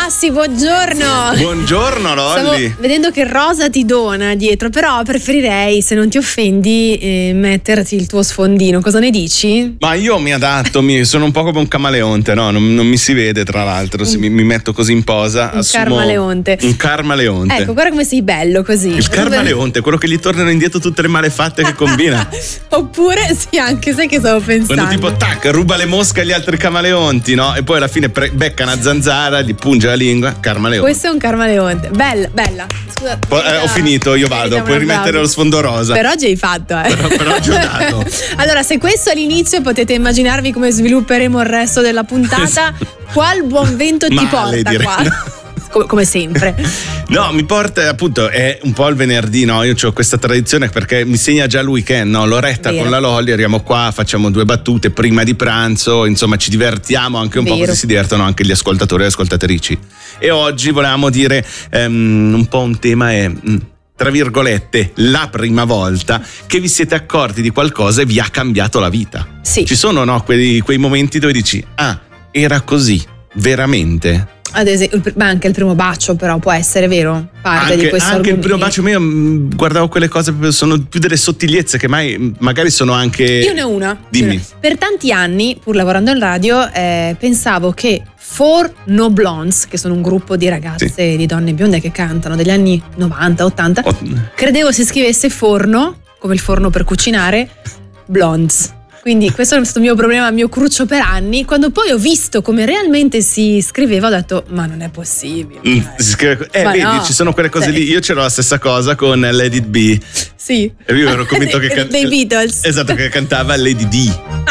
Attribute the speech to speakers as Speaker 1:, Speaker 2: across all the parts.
Speaker 1: Massi, buongiorno.
Speaker 2: Buongiorno Lolli.
Speaker 1: Stavo vedendo che Rosa ti dona dietro, però preferirei, se non ti offendi, metterti il tuo sfondino. Cosa ne dici?
Speaker 2: Ma io mi adatto, sono un po' come un camaleonte, no? Non mi si vede, tra l'altro, se mi metto così in posa.
Speaker 1: Un carmaleonte.
Speaker 2: Un carmaleonte.
Speaker 1: Ecco, guarda come sei bello così.
Speaker 2: Il carmaleonte, quello che gli tornano indietro tutte le malefatte che combina.
Speaker 1: Oppure, sì, anche sai che stavo pensando.
Speaker 2: Quando tipo, tac, ruba le mosche agli altri camaleonti, no? E poi alla fine becca una zanzara, gli punge la lingua, carmaleonte.
Speaker 1: Questo è un carmaleonte. Bella. Scusa.
Speaker 2: Ho finito, io vado, puoi rimettere lo sfondo rosa.
Speaker 1: Per oggi hai fatto,
Speaker 2: Per oggi ho dato.
Speaker 1: Allora, se questo è l'inizio, potete immaginarvi come svilupperemo il resto della puntata. Qual buon vento ti porta qua? Come sempre.
Speaker 2: No, mi porta, appunto, è un po' il venerdì, no? Io ho questa tradizione perché mi segna già il weekend, no? L'oretta con la Lolli, arriviamo qua, facciamo 2 battute prima di pranzo, insomma ci divertiamo anche un po', così si divertono anche gli ascoltatori e le ascoltatrici. E oggi volevamo dire un po' un tema è, tra virgolette, la prima volta che vi siete accorti di qualcosa e vi ha cambiato la vita.
Speaker 1: Sì.
Speaker 2: Ci sono, no, quei momenti dove dici, era così, veramente?
Speaker 1: Ad esempio, anche il primo bacio, però può essere vero? Parte di questo
Speaker 2: anche
Speaker 1: argomento.
Speaker 2: Il primo bacio, io guardavo quelle cose, sono più delle sottigliezze che magari sono anche.
Speaker 1: Io ne ho una.
Speaker 2: Dimmi.
Speaker 1: Per tanti anni, pur lavorando in radio, pensavo che Four No Blondes, che sono un gruppo di ragazze, di donne bionde che cantano degli anni 90, 80, credevo si scrivesse forno, come il forno per cucinare, blondes. Quindi questo è stato il mio problema, il mio cruccio per anni. Quando poi ho visto come realmente si scriveva, ho detto, ma non è possibile.
Speaker 2: Vedi, no, ci sono quelle cose lì. Io c'ero la stessa cosa con Lady B.
Speaker 1: Sì.
Speaker 2: E io ero convinto che
Speaker 1: dei Beatles.
Speaker 2: Esatto, che cantava Lady D.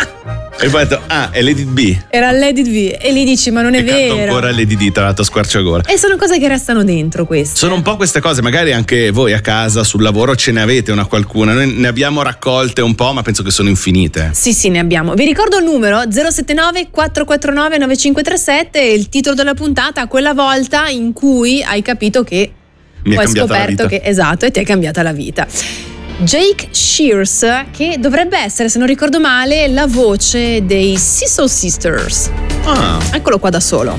Speaker 2: E poi ho detto, è Lady B.
Speaker 1: Era Lady B. E lì dici, ma non è vero.
Speaker 2: Canto ancora Lady D, tra l'altro squarciagola.
Speaker 1: E sono cose che restano dentro queste.
Speaker 2: Sono un po' queste cose, magari anche voi a casa, sul lavoro, ce ne avete qualcuna. Noi ne abbiamo raccolte un po', ma penso che sono infinite.
Speaker 1: Sì, ne abbiamo. Vi ricordo il numero 079 449 9537 e il titolo della puntata, quella volta in cui hai capito che hai scoperto che esatto, e ti è cambiata la vita. Jake Shears, che dovrebbe essere, se non ricordo male, la voce dei Seesaw Sisters. Eccolo qua da solo.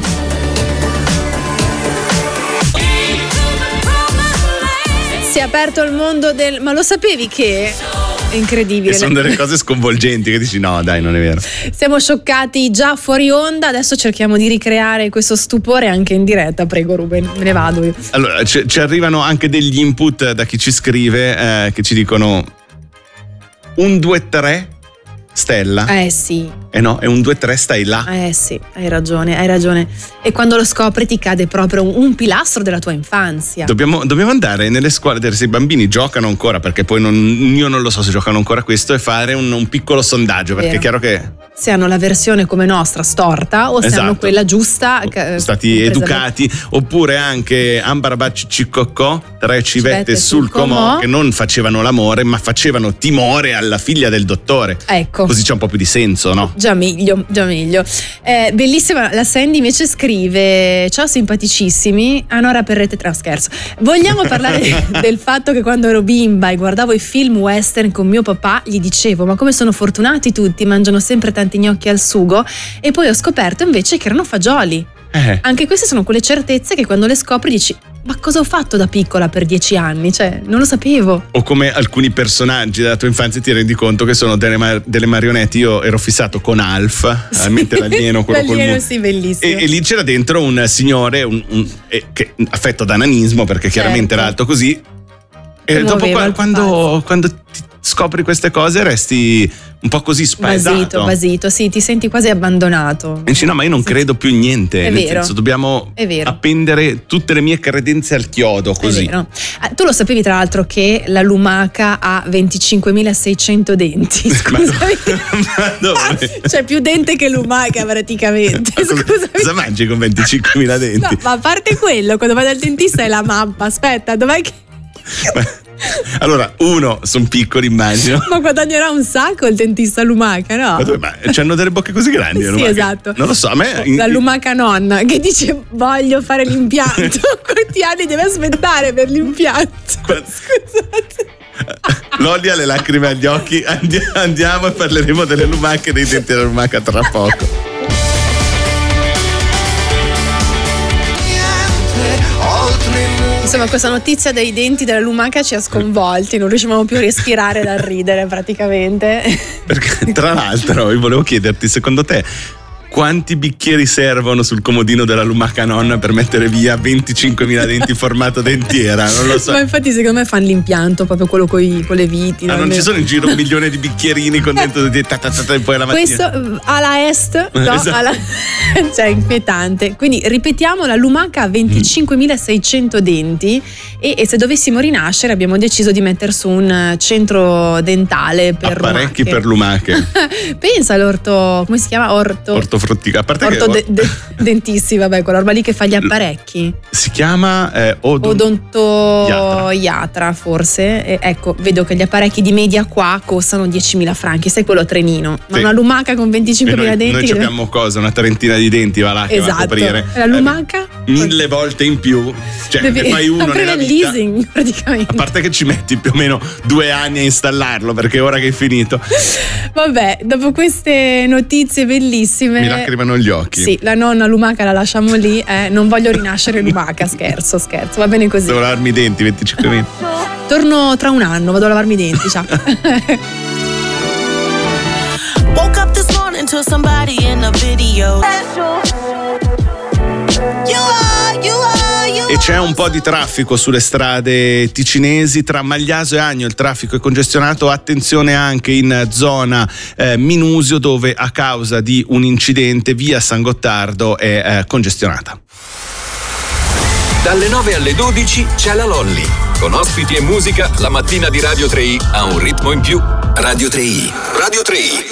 Speaker 1: Si è aperto il mondo del... Ma lo sapevi che... È incredibile.
Speaker 2: E sono delle cose sconvolgenti che dici no dai, non è vero.
Speaker 1: Siamo scioccati già fuori onda, adesso cerchiamo di ricreare questo stupore anche in diretta. Prego Ruben, me ne vado io.
Speaker 2: Allora ci arrivano anche degli input da chi ci scrive che ci dicono 1, 2, 3 Stella.
Speaker 1: Sì.
Speaker 2: No, è 1, 2, 3 stai là.
Speaker 1: Sì, hai ragione. E quando lo scopri ti cade proprio un pilastro della tua infanzia.
Speaker 2: Dobbiamo andare nelle scuole, se i bambini giocano ancora, perché poi io non lo so se giocano ancora questo, e fare un piccolo sondaggio, perché è chiaro che
Speaker 1: se hanno la versione come nostra storta o se hanno quella giusta,
Speaker 2: stati educati, oppure anche Ambarabaci Ciccocò, 3 civette sul comò, che non facevano l'amore ma facevano timore alla figlia del dottore.
Speaker 1: Ecco.
Speaker 2: Così c'è un po' più di senso, no?
Speaker 1: Già meglio. Bellissima. La Sandy invece scrive: ciao simpaticissimi, Anora Perrette tra scherzo. Vogliamo parlare del fatto che quando ero bimba e guardavo i film western con mio papà, gli dicevo ma come sono fortunati tutti, mangiano sempre tanti gnocchi al sugo, e poi ho scoperto invece che erano fagioli. Anche queste sono quelle certezze che quando le scopri dici ma cosa ho fatto da piccola per 10 anni? Cioè, non lo sapevo.
Speaker 2: O come alcuni personaggi della tua infanzia ti rendi conto che sono delle marionette. Io ero fissato con Alf, mentre l'alieno, quello
Speaker 1: l'alieno, sì, bellissimo.
Speaker 2: E lì c'era dentro un signore che affetto da nanismo, perché chiaramente era alto così. E dopo quando ti scopri queste cose resti un po' così spaesato.
Speaker 1: Basito, sì, ti senti quasi abbandonato.
Speaker 2: E dici no, ma io non credo più in niente.
Speaker 1: È
Speaker 2: nel
Speaker 1: vero.
Speaker 2: senso, dobbiamo appendere tutte le mie credenze al chiodo, così.
Speaker 1: È vero. Tu lo sapevi tra l'altro che la lumaca ha 25.600 denti? Scusami.
Speaker 2: Ma dove?
Speaker 1: C'è più dente che lumaca praticamente. Scusami.
Speaker 2: Cosa mangi con 25.000 denti?
Speaker 1: No, ma a parte quello, quando vai dal dentista è la mappa. Aspetta, dov'è che...
Speaker 2: Allora, sono piccoli, immagino.
Speaker 1: Ma guadagnerà un sacco il dentista lumaca, no?
Speaker 2: Ma c'hanno delle bocche così grandi.
Speaker 1: Sì, esatto.
Speaker 2: Non lo so, a me...
Speaker 1: La lumaca nonna che dice voglio fare l'impianto. Quanti anni deve aspettare per l'impianto? Scusate.
Speaker 2: Lolli ha le lacrime agli occhi. Andiamo e parleremo delle lumache e dei denti della lumaca tra poco.
Speaker 1: Insomma, questa notizia dei denti della lumaca ci ha sconvolti, non riuscivamo più a respirare dal ridere praticamente.
Speaker 2: Perché tra l'altro io volevo chiederti, secondo te quanti bicchieri servono sul comodino della lumaca nonna per mettere via 25.000 denti formato dentiera? Non lo so.
Speaker 1: Ma infatti secondo me fanno l'impianto, proprio quello con le viti.
Speaker 2: Non ci sono in giro 1 milione di bicchierini con dentro e poi la mattina.
Speaker 1: Questo alla est, no?
Speaker 2: Esatto.
Speaker 1: Cioè inquietante. Quindi ripetiamo, la lumaca ha 25.600 denti e se dovessimo rinascere abbiamo deciso di mettere su un centro dentale per
Speaker 2: apparecchi
Speaker 1: lumache.
Speaker 2: Per lumache.
Speaker 1: Pensa all'orto, come si chiama?
Speaker 2: Ortofruttica. A parte
Speaker 1: dentisti, vabbè, quella roba lì che fa gli apparecchi.
Speaker 2: Si chiama
Speaker 1: odontoiatra forse. Ecco, vedo che gli apparecchi di media qua costano 10.000 franchi, sai quello a trenino. Ma una lumaca con 25.000 denti.
Speaker 2: Noi abbiamo una trentina di denti, va là, che va a coprire.
Speaker 1: La lumaca?
Speaker 2: 1000 volte in più. Cioè, ne fai uno nella vita.
Speaker 1: Leasing, praticamente.
Speaker 2: A parte che ci metti più o meno 2 anni a installarlo, perché ora che è finito.
Speaker 1: Vabbè, dopo queste notizie bellissime
Speaker 2: mi lacrimano gli occhi.
Speaker 1: Sì, la nonna lumaca la lasciamo lì, non voglio rinascere lumaca, scherzo, va bene così.
Speaker 2: Devo lavarmi i denti, 25 minuti.
Speaker 1: Torno tra un anno, vado a lavarmi i denti, ciao.
Speaker 3: Woke up this morning to somebody in a video.
Speaker 2: E c'è un po' di traffico sulle strade ticinesi, tra Magliaso e Agno il traffico è congestionato, attenzione anche in zona Minusio, dove a causa di un incidente via San Gottardo è congestionata.
Speaker 4: Dalle 9 alle 12 c'è la Lolli. Con ospiti e musica, la mattina di Radio 3i ha un ritmo in più. Radio 3i. Radio 3i.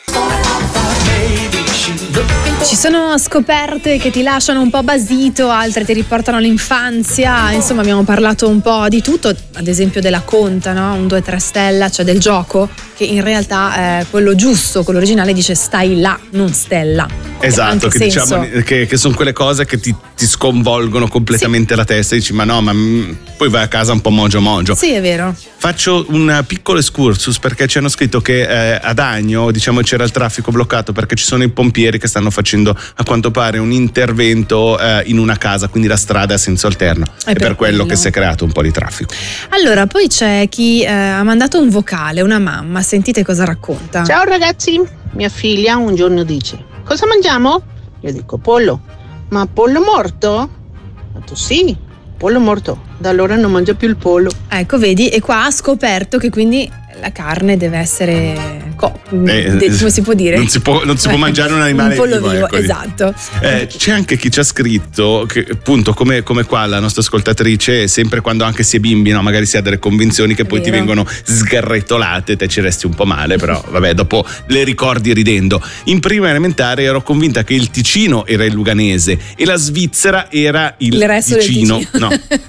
Speaker 1: Ci sono scoperte che ti lasciano un po' basito, altre ti riportano all'infanzia, insomma abbiamo parlato un po' di tutto, ad esempio della conta, no? 1, 2, 3 stella, cioè del gioco, che in realtà quello giusto, quello originale dice stai là, non stella.
Speaker 2: Esatto, che diciamo che sono quelle cose che ti sconvolgono completamente la testa e dici ma poi vai a casa un po' mogio.
Speaker 1: Sì, è vero.
Speaker 2: Faccio un piccolo excursus perché ci hanno scritto che ad Agno, diciamo, c'era il traffico bloccato perché ci sono i pompieri che stanno facendo a quanto pare un intervento in una casa, quindi la strada è a senso alterno. È per quello che si è creato un po' di traffico.
Speaker 1: Allora, poi c'è chi ha mandato un vocale, una mamma, sentite cosa racconta.
Speaker 5: Ciao ragazzi, mia figlia un giorno dice: cosa mangiamo? Io dico pollo. Ma pollo morto? Ho detto sì, pollo morto. Da allora non mangia più il pollo.
Speaker 1: Ecco, vedi, e qua ha scoperto che quindi la carne deve essere come si può dire?
Speaker 2: Non si può mangiare un animale
Speaker 1: vivo,
Speaker 2: ecco.
Speaker 1: Esatto.
Speaker 2: C'è anche chi ci ha scritto che appunto come qua la nostra ascoltatrice, sempre quando anche si è bimbi, no? Magari si ha delle convinzioni che poi ti vengono sgarretolate, te ci resti un po' male, però vabbè, dopo le ricordi ridendo. In prima elementare ero convinta che il Ticino era il Luganese e la Svizzera era il Ticino. No.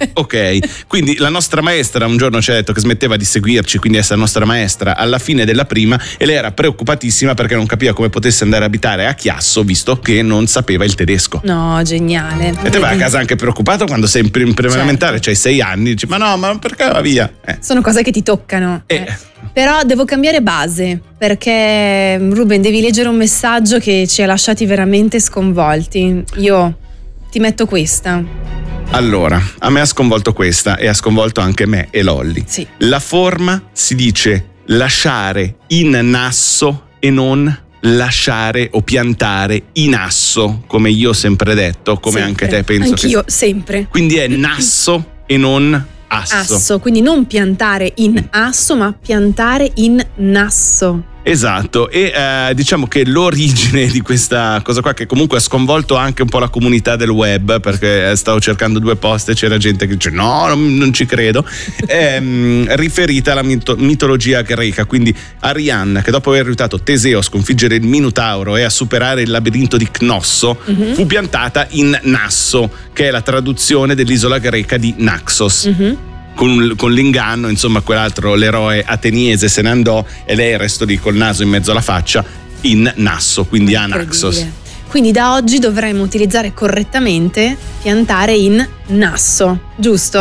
Speaker 2: Ok, quindi la nostra maestra un giorno ci ha detto che smetteva di seguirci, quindi essere nostra maestra alla fine della prima, e lei era preoccupatissima perché non capiva come potesse andare a abitare a Chiasso visto che non sapeva il tedesco.
Speaker 1: No, geniale.
Speaker 2: E te vai a casa anche preoccupato quando sei in prima elementare, c'hai 6 anni, dici ma perché va via?
Speaker 1: Sono cose che ti toccano. Però devo cambiare base perché Ruben devi leggere un messaggio che ci ha lasciati veramente sconvolti. Io ti metto questa.
Speaker 2: Allora, a me ha sconvolto questa e ha sconvolto anche me e Lolli.
Speaker 1: Sì.
Speaker 2: La forma si dice lasciare in nasso e non lasciare o piantare in asso, come io ho sempre detto, come sempre. Anche te penso.
Speaker 1: Anch'io, sempre.
Speaker 2: Quindi è nasso e non asso.
Speaker 1: Quindi non piantare in asso, ma piantare in nasso.
Speaker 2: Esatto, e diciamo che l'origine di questa cosa qua, che comunque ha sconvolto anche un po' la comunità del web, perché stavo cercando 2 post e c'era gente che dice no, non ci credo, è riferita alla mitologia greca. Quindi Arianna, che dopo aver aiutato Teseo a sconfiggere il Minotauro e a superare il labirinto di Cnosso, fu piantata in Nasso, che è la traduzione dell'isola greca di Naxos. Con l'inganno, insomma, quell'altro, l'eroe ateniese, se ne andò e lei restò lì col naso in mezzo alla faccia in Nasso, quindi a Naxos.
Speaker 1: Quindi da oggi dovremmo utilizzare correttamente piantare in nasso, giusto?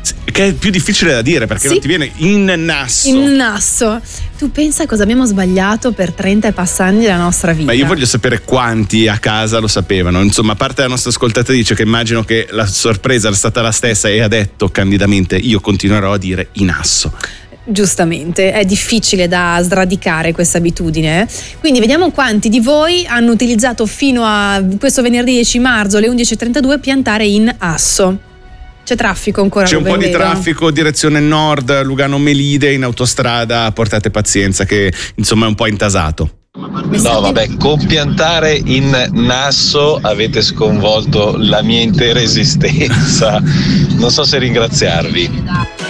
Speaker 2: Che è più difficile da dire perché non ti viene in nasso.
Speaker 1: In nasso. Tu pensa cosa abbiamo sbagliato per 30 e passanni della nostra vita.
Speaker 2: Ma io voglio sapere quanti a casa lo sapevano. Insomma, a parte la nostra ascoltatrice che immagino che la sorpresa era stata la stessa e ha detto candidamente io continuerò a dire in nasso.
Speaker 1: Giustamente, è difficile da sradicare questa abitudine. Quindi vediamo quanti di voi hanno utilizzato fino a questo venerdì 10 marzo alle 11.32 piantare in asso. C'è traffico ancora?
Speaker 2: C'è un po' di traffico direzione nord, Lugano Melide in autostrada, portate pazienza che insomma è un po' intasato.
Speaker 6: No vabbè, con piantare in nasso avete sconvolto la mia intera esistenza, non so se ringraziarvi.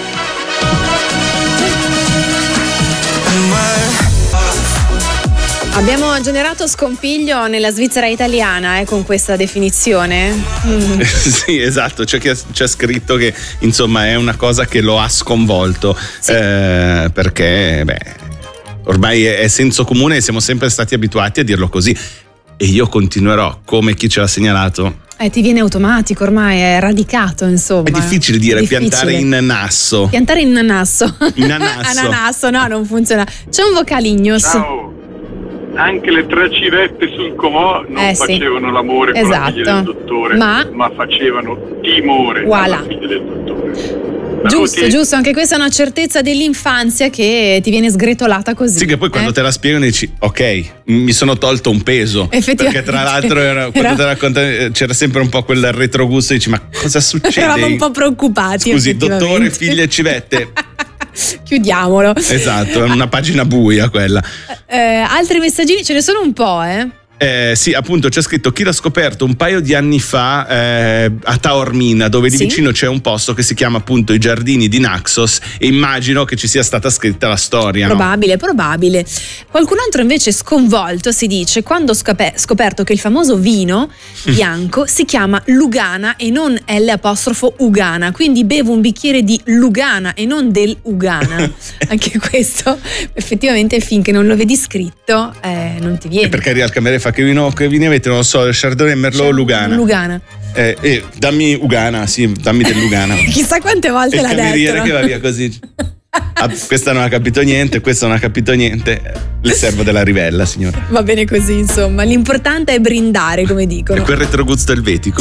Speaker 1: Abbiamo generato scompiglio nella Svizzera italiana con questa definizione.
Speaker 2: Sì, esatto, c'è chi ha scritto che insomma è una cosa che lo ha sconvolto, sì. Perché ormai è senso comune e siamo sempre stati abituati a dirlo così e io continuerò come chi ce l'ha segnalato.
Speaker 1: Ti viene automatico, ormai è radicato, insomma.
Speaker 2: È difficile dire piantare in nasso.
Speaker 1: Piantare in nasso.
Speaker 2: In anasso.
Speaker 1: Ananasso, no, non funziona. C'è un vocalignos.
Speaker 7: Ciao. Anche le tre civette sul comò non facevano l'amore con la figlia del dottore, ma facevano timore alla figlia del dottore.
Speaker 1: Giusto, anche questa è una certezza dell'infanzia che ti viene sgretolata così.
Speaker 2: Sì, che poi quando te la spiegano dici ok, mi sono tolto un peso. Perché tra l'altro quando te la raccontano c'era sempre un po' quel retrogusto, dici ma cosa succede?
Speaker 1: Eravamo un po' preoccupati.
Speaker 2: Scusi, dottore, figlia e civette.
Speaker 1: Chiudiamolo.
Speaker 2: Esatto, è una pagina buia quella.
Speaker 1: Altri messaggini ce ne sono un po',
Speaker 2: Sì, appunto c'è scritto chi l'ha scoperto un paio di anni fa a Taormina, dove lì vicino c'è un posto che si chiama appunto i giardini di Naxos e immagino che ci sia stata scritta la storia.
Speaker 1: Probabile. Qualcun altro invece sconvolto si dice quando ho scoperto che il famoso vino bianco si chiama Lugana e non L'*Ugana, quindi bevo un bicchiere di Lugana e non del Ugana. Anche questo effettivamente finché non lo vedi scritto non ti viene.
Speaker 2: Perché arriva il cameriere fa che vini avete, non lo so, Chardonnay, Merlot o Lugana. Dammi Ugana, sì, dammi del Lugana.
Speaker 1: Chissà quante volte l'ha detto. Il
Speaker 2: cameriere che va via così. Questa non ha capito niente, questa non ha capito niente. Le servo della Rivella, signore.
Speaker 1: Va bene così, insomma. L'importante è brindare, come dicono.
Speaker 2: E quel retrogusto elvetico.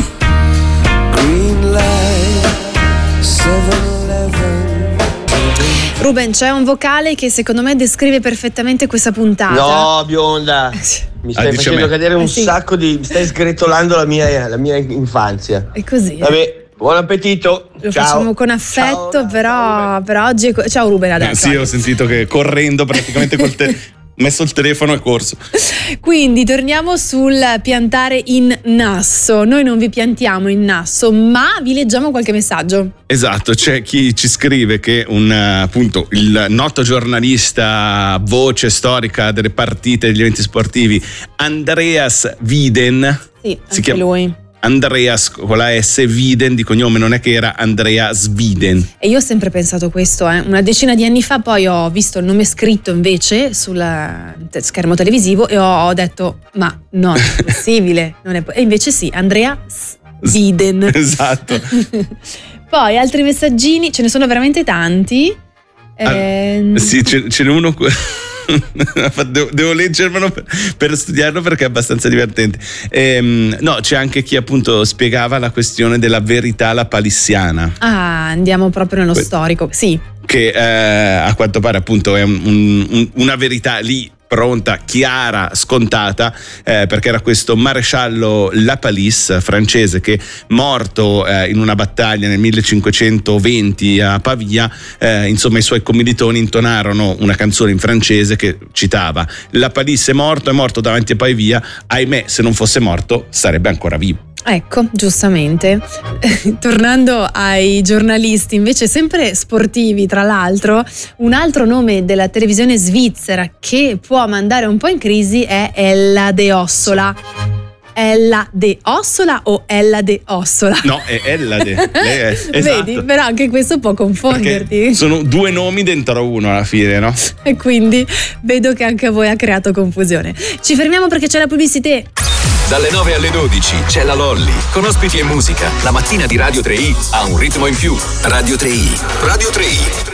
Speaker 1: Ruben, c'è un vocale che secondo me descrive perfettamente questa puntata.
Speaker 8: No, bionda. Mi stai facendo cadere un sacco di. Mi stai sgretolando la mia infanzia.
Speaker 1: È così.
Speaker 8: Vabbè, buon appetito.
Speaker 1: Lo facciamo con affetto, però oggi è. Ciao Ruben, adesso.
Speaker 2: Sì, ho sentito che correndo praticamente messo il telefono e corso.
Speaker 1: Quindi torniamo sul piantare in nasso. Noi non vi piantiamo in nasso, ma vi leggiamo qualche messaggio.
Speaker 2: Esatto, c'è chi ci scrive che appunto il noto giornalista, voce storica delle partite e degli eventi sportivi, Andreas Wieden,
Speaker 1: si chiama lui.
Speaker 2: Andreas con la S, Wieden di cognome, non è che era Andrea Sviden.
Speaker 1: E io ho sempre pensato questo, una decina di anni fa poi ho visto il nome scritto invece sul schermo televisivo e ho detto ma no, è possibile, e invece sì, Andrea Sviden.
Speaker 2: Esatto.
Speaker 1: Poi altri messaggini, ce ne sono veramente tanti.
Speaker 2: Sì, ce n'è uno. Devo leggermelo per studiarlo perché è abbastanza divertente. No, c'è anche chi appunto spiegava la questione della verità lapalissiana.
Speaker 1: Andiamo proprio nello storico, sì.
Speaker 2: Che a quanto pare appunto è una verità lì pronta, chiara, scontata, perché era questo maresciallo Lapalisse francese che, morto in una battaglia nel 1520 a Pavia, insomma i suoi commilitoni intonarono una canzone in francese che citava: Lapalisse è morto davanti a Pavia, ahimè se non fosse morto sarebbe ancora vivo.
Speaker 1: Ecco, giustamente. Tornando ai giornalisti, invece sempre sportivi, tra l'altro, un altro nome della televisione svizzera che può mandare un po' in crisi è Ella De Ossola. Ella De Ossola o Ella De Ossola?
Speaker 2: No, è Ella De. Esatto.
Speaker 1: Vedi, però anche questo può confonderti.
Speaker 2: Perché sono due nomi dentro uno alla fine, no?
Speaker 1: E quindi vedo che anche a voi ha creato confusione. Ci fermiamo perché c'è la pubblicità.
Speaker 4: Dalle 9 alle 12 c'è la Lolli, con ospiti e musica. La mattina di Radio 3i ha un ritmo in più. Radio 3i. Radio 3i.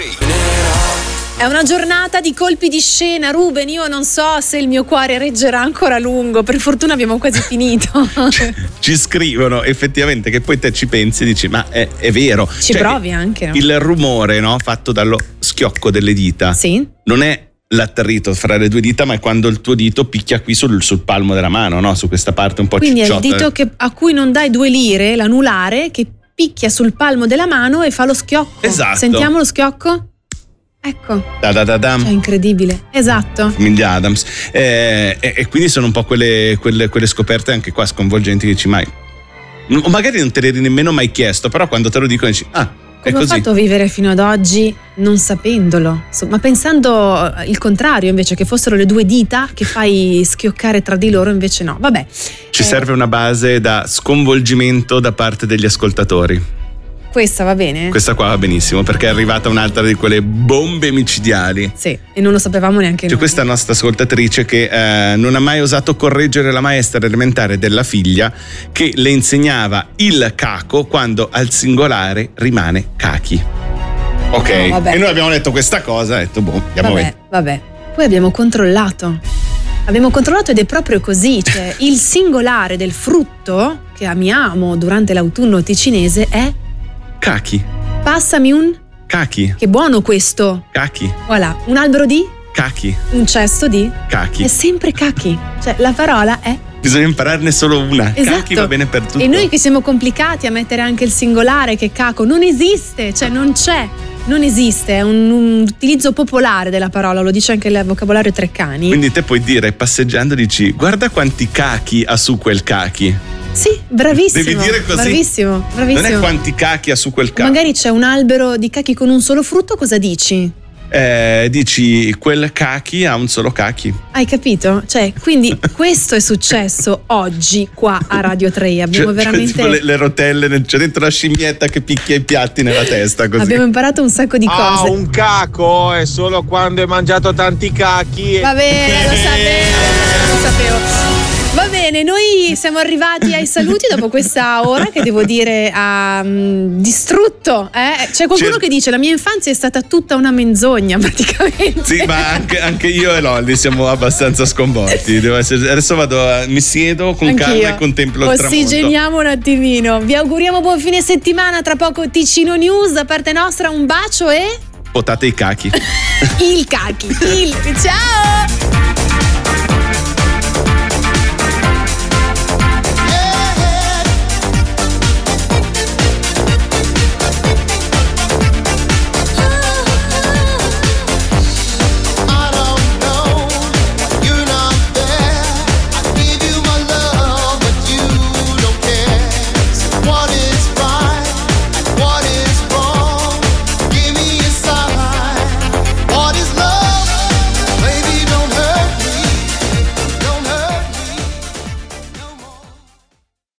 Speaker 1: È una giornata di colpi di scena, Ruben. Io non so se il mio cuore reggerà ancora a lungo. Per fortuna abbiamo quasi finito.
Speaker 2: Ci scrivono effettivamente, che poi te ci pensi e dici: ma è vero.
Speaker 1: Ci provi anche, no?
Speaker 2: Il rumore, no, fatto dallo schiocco delle dita,
Speaker 1: sì,
Speaker 2: non è l'attrito fra le due dita, ma è quando il tuo dito picchia qui sul palmo della mano, no? Su questa parte un po'
Speaker 1: quindi
Speaker 2: cicciotta.
Speaker 1: Quindi è il dito a cui non dai 2 lire, l'anulare, che picchia sul palmo della mano e fa lo schiocco.
Speaker 2: Esatto.
Speaker 1: Sentiamo lo schiocco? Ecco.
Speaker 2: Da.
Speaker 1: Cioè, incredibile. Esatto.
Speaker 2: Famiglia Adams. E quindi sono un po' quelle scoperte anche qua sconvolgenti che dici mai. Magari non te l'eri nemmeno mai chiesto, però quando te lo dicono dici: ah, è
Speaker 1: come
Speaker 2: così.
Speaker 1: ho fatto a vivere fino ad oggi non sapendolo, ma pensando il contrario, invece, che fossero le 2 dita che fai schioccare tra di loro, invece no. Vabbè.
Speaker 2: Ci serve una base da sconvolgimento da parte degli ascoltatori.
Speaker 1: Questa va bene?
Speaker 2: Questa qua va benissimo, perché è arrivata un'altra di quelle bombe micidiali.
Speaker 1: Sì, e non lo sapevamo neanche noi.
Speaker 2: Questa nostra ascoltatrice che non ha mai osato correggere la maestra elementare della figlia, che le insegnava il caco quando al singolare rimane cachi. Ok,
Speaker 1: no,
Speaker 2: e noi abbiamo detto questa cosa, e detto andiamo avanti.
Speaker 1: Vabbè. Poi abbiamo controllato ed è proprio così, cioè il singolare del frutto che amiamo durante l'autunno ticinese è
Speaker 2: cachi.
Speaker 1: Passami un
Speaker 2: cachi.
Speaker 1: Che buono questo.
Speaker 2: Cachi.
Speaker 1: Voilà, un albero di
Speaker 2: cachi.
Speaker 1: Un cesto di
Speaker 2: cachi.
Speaker 1: È sempre cachi. Cioè la parola è.
Speaker 2: Bisogna impararne solo una.
Speaker 1: Esatto.
Speaker 2: Cachi va bene per tutto.
Speaker 1: E noi che siamo complicati a mettere anche il singolare, che caco non esiste, cioè non c'è. Non esiste, è un utilizzo popolare della parola, lo dice anche il vocabolario Treccani.
Speaker 2: Quindi te puoi dire, passeggiando, dici: guarda quanti cachi ha su quel cachi.
Speaker 1: Sì, bravissimo.
Speaker 2: Devi dire così.
Speaker 1: Bravissimo.
Speaker 2: Non è quanti cachi ha su quel cachi.
Speaker 1: Magari c'è un albero di cachi con un solo frutto, cosa dici?
Speaker 2: Dici quel cachi ha un solo cachi.
Speaker 1: Hai capito? Cioè, quindi questo è successo oggi qua a Radio 3. Abbiamo veramente
Speaker 2: tipo le rotelle, c'è dentro la scimmietta che picchia i piatti nella testa, così.
Speaker 1: Abbiamo imparato un sacco di cose.
Speaker 8: Un caco è solo quando hai mangiato tanti cachi.
Speaker 1: Va bene, lo sapevo. Va bene, noi siamo arrivati ai saluti dopo questa ora che devo dire ha distrutto. C'è qualcuno che dice: la mia infanzia è stata tutta una menzogna praticamente.
Speaker 2: Sì, ma anche io e Lolli siamo abbastanza sconvolti. Adesso mi siedo con calma e contemplo il tramonto.
Speaker 1: Ossigeniamo un attimino. Vi auguriamo buon fine settimana. Tra poco Ticino News da parte nostra. Un bacio e
Speaker 2: potate i cachi.
Speaker 1: il cachi. Ciao.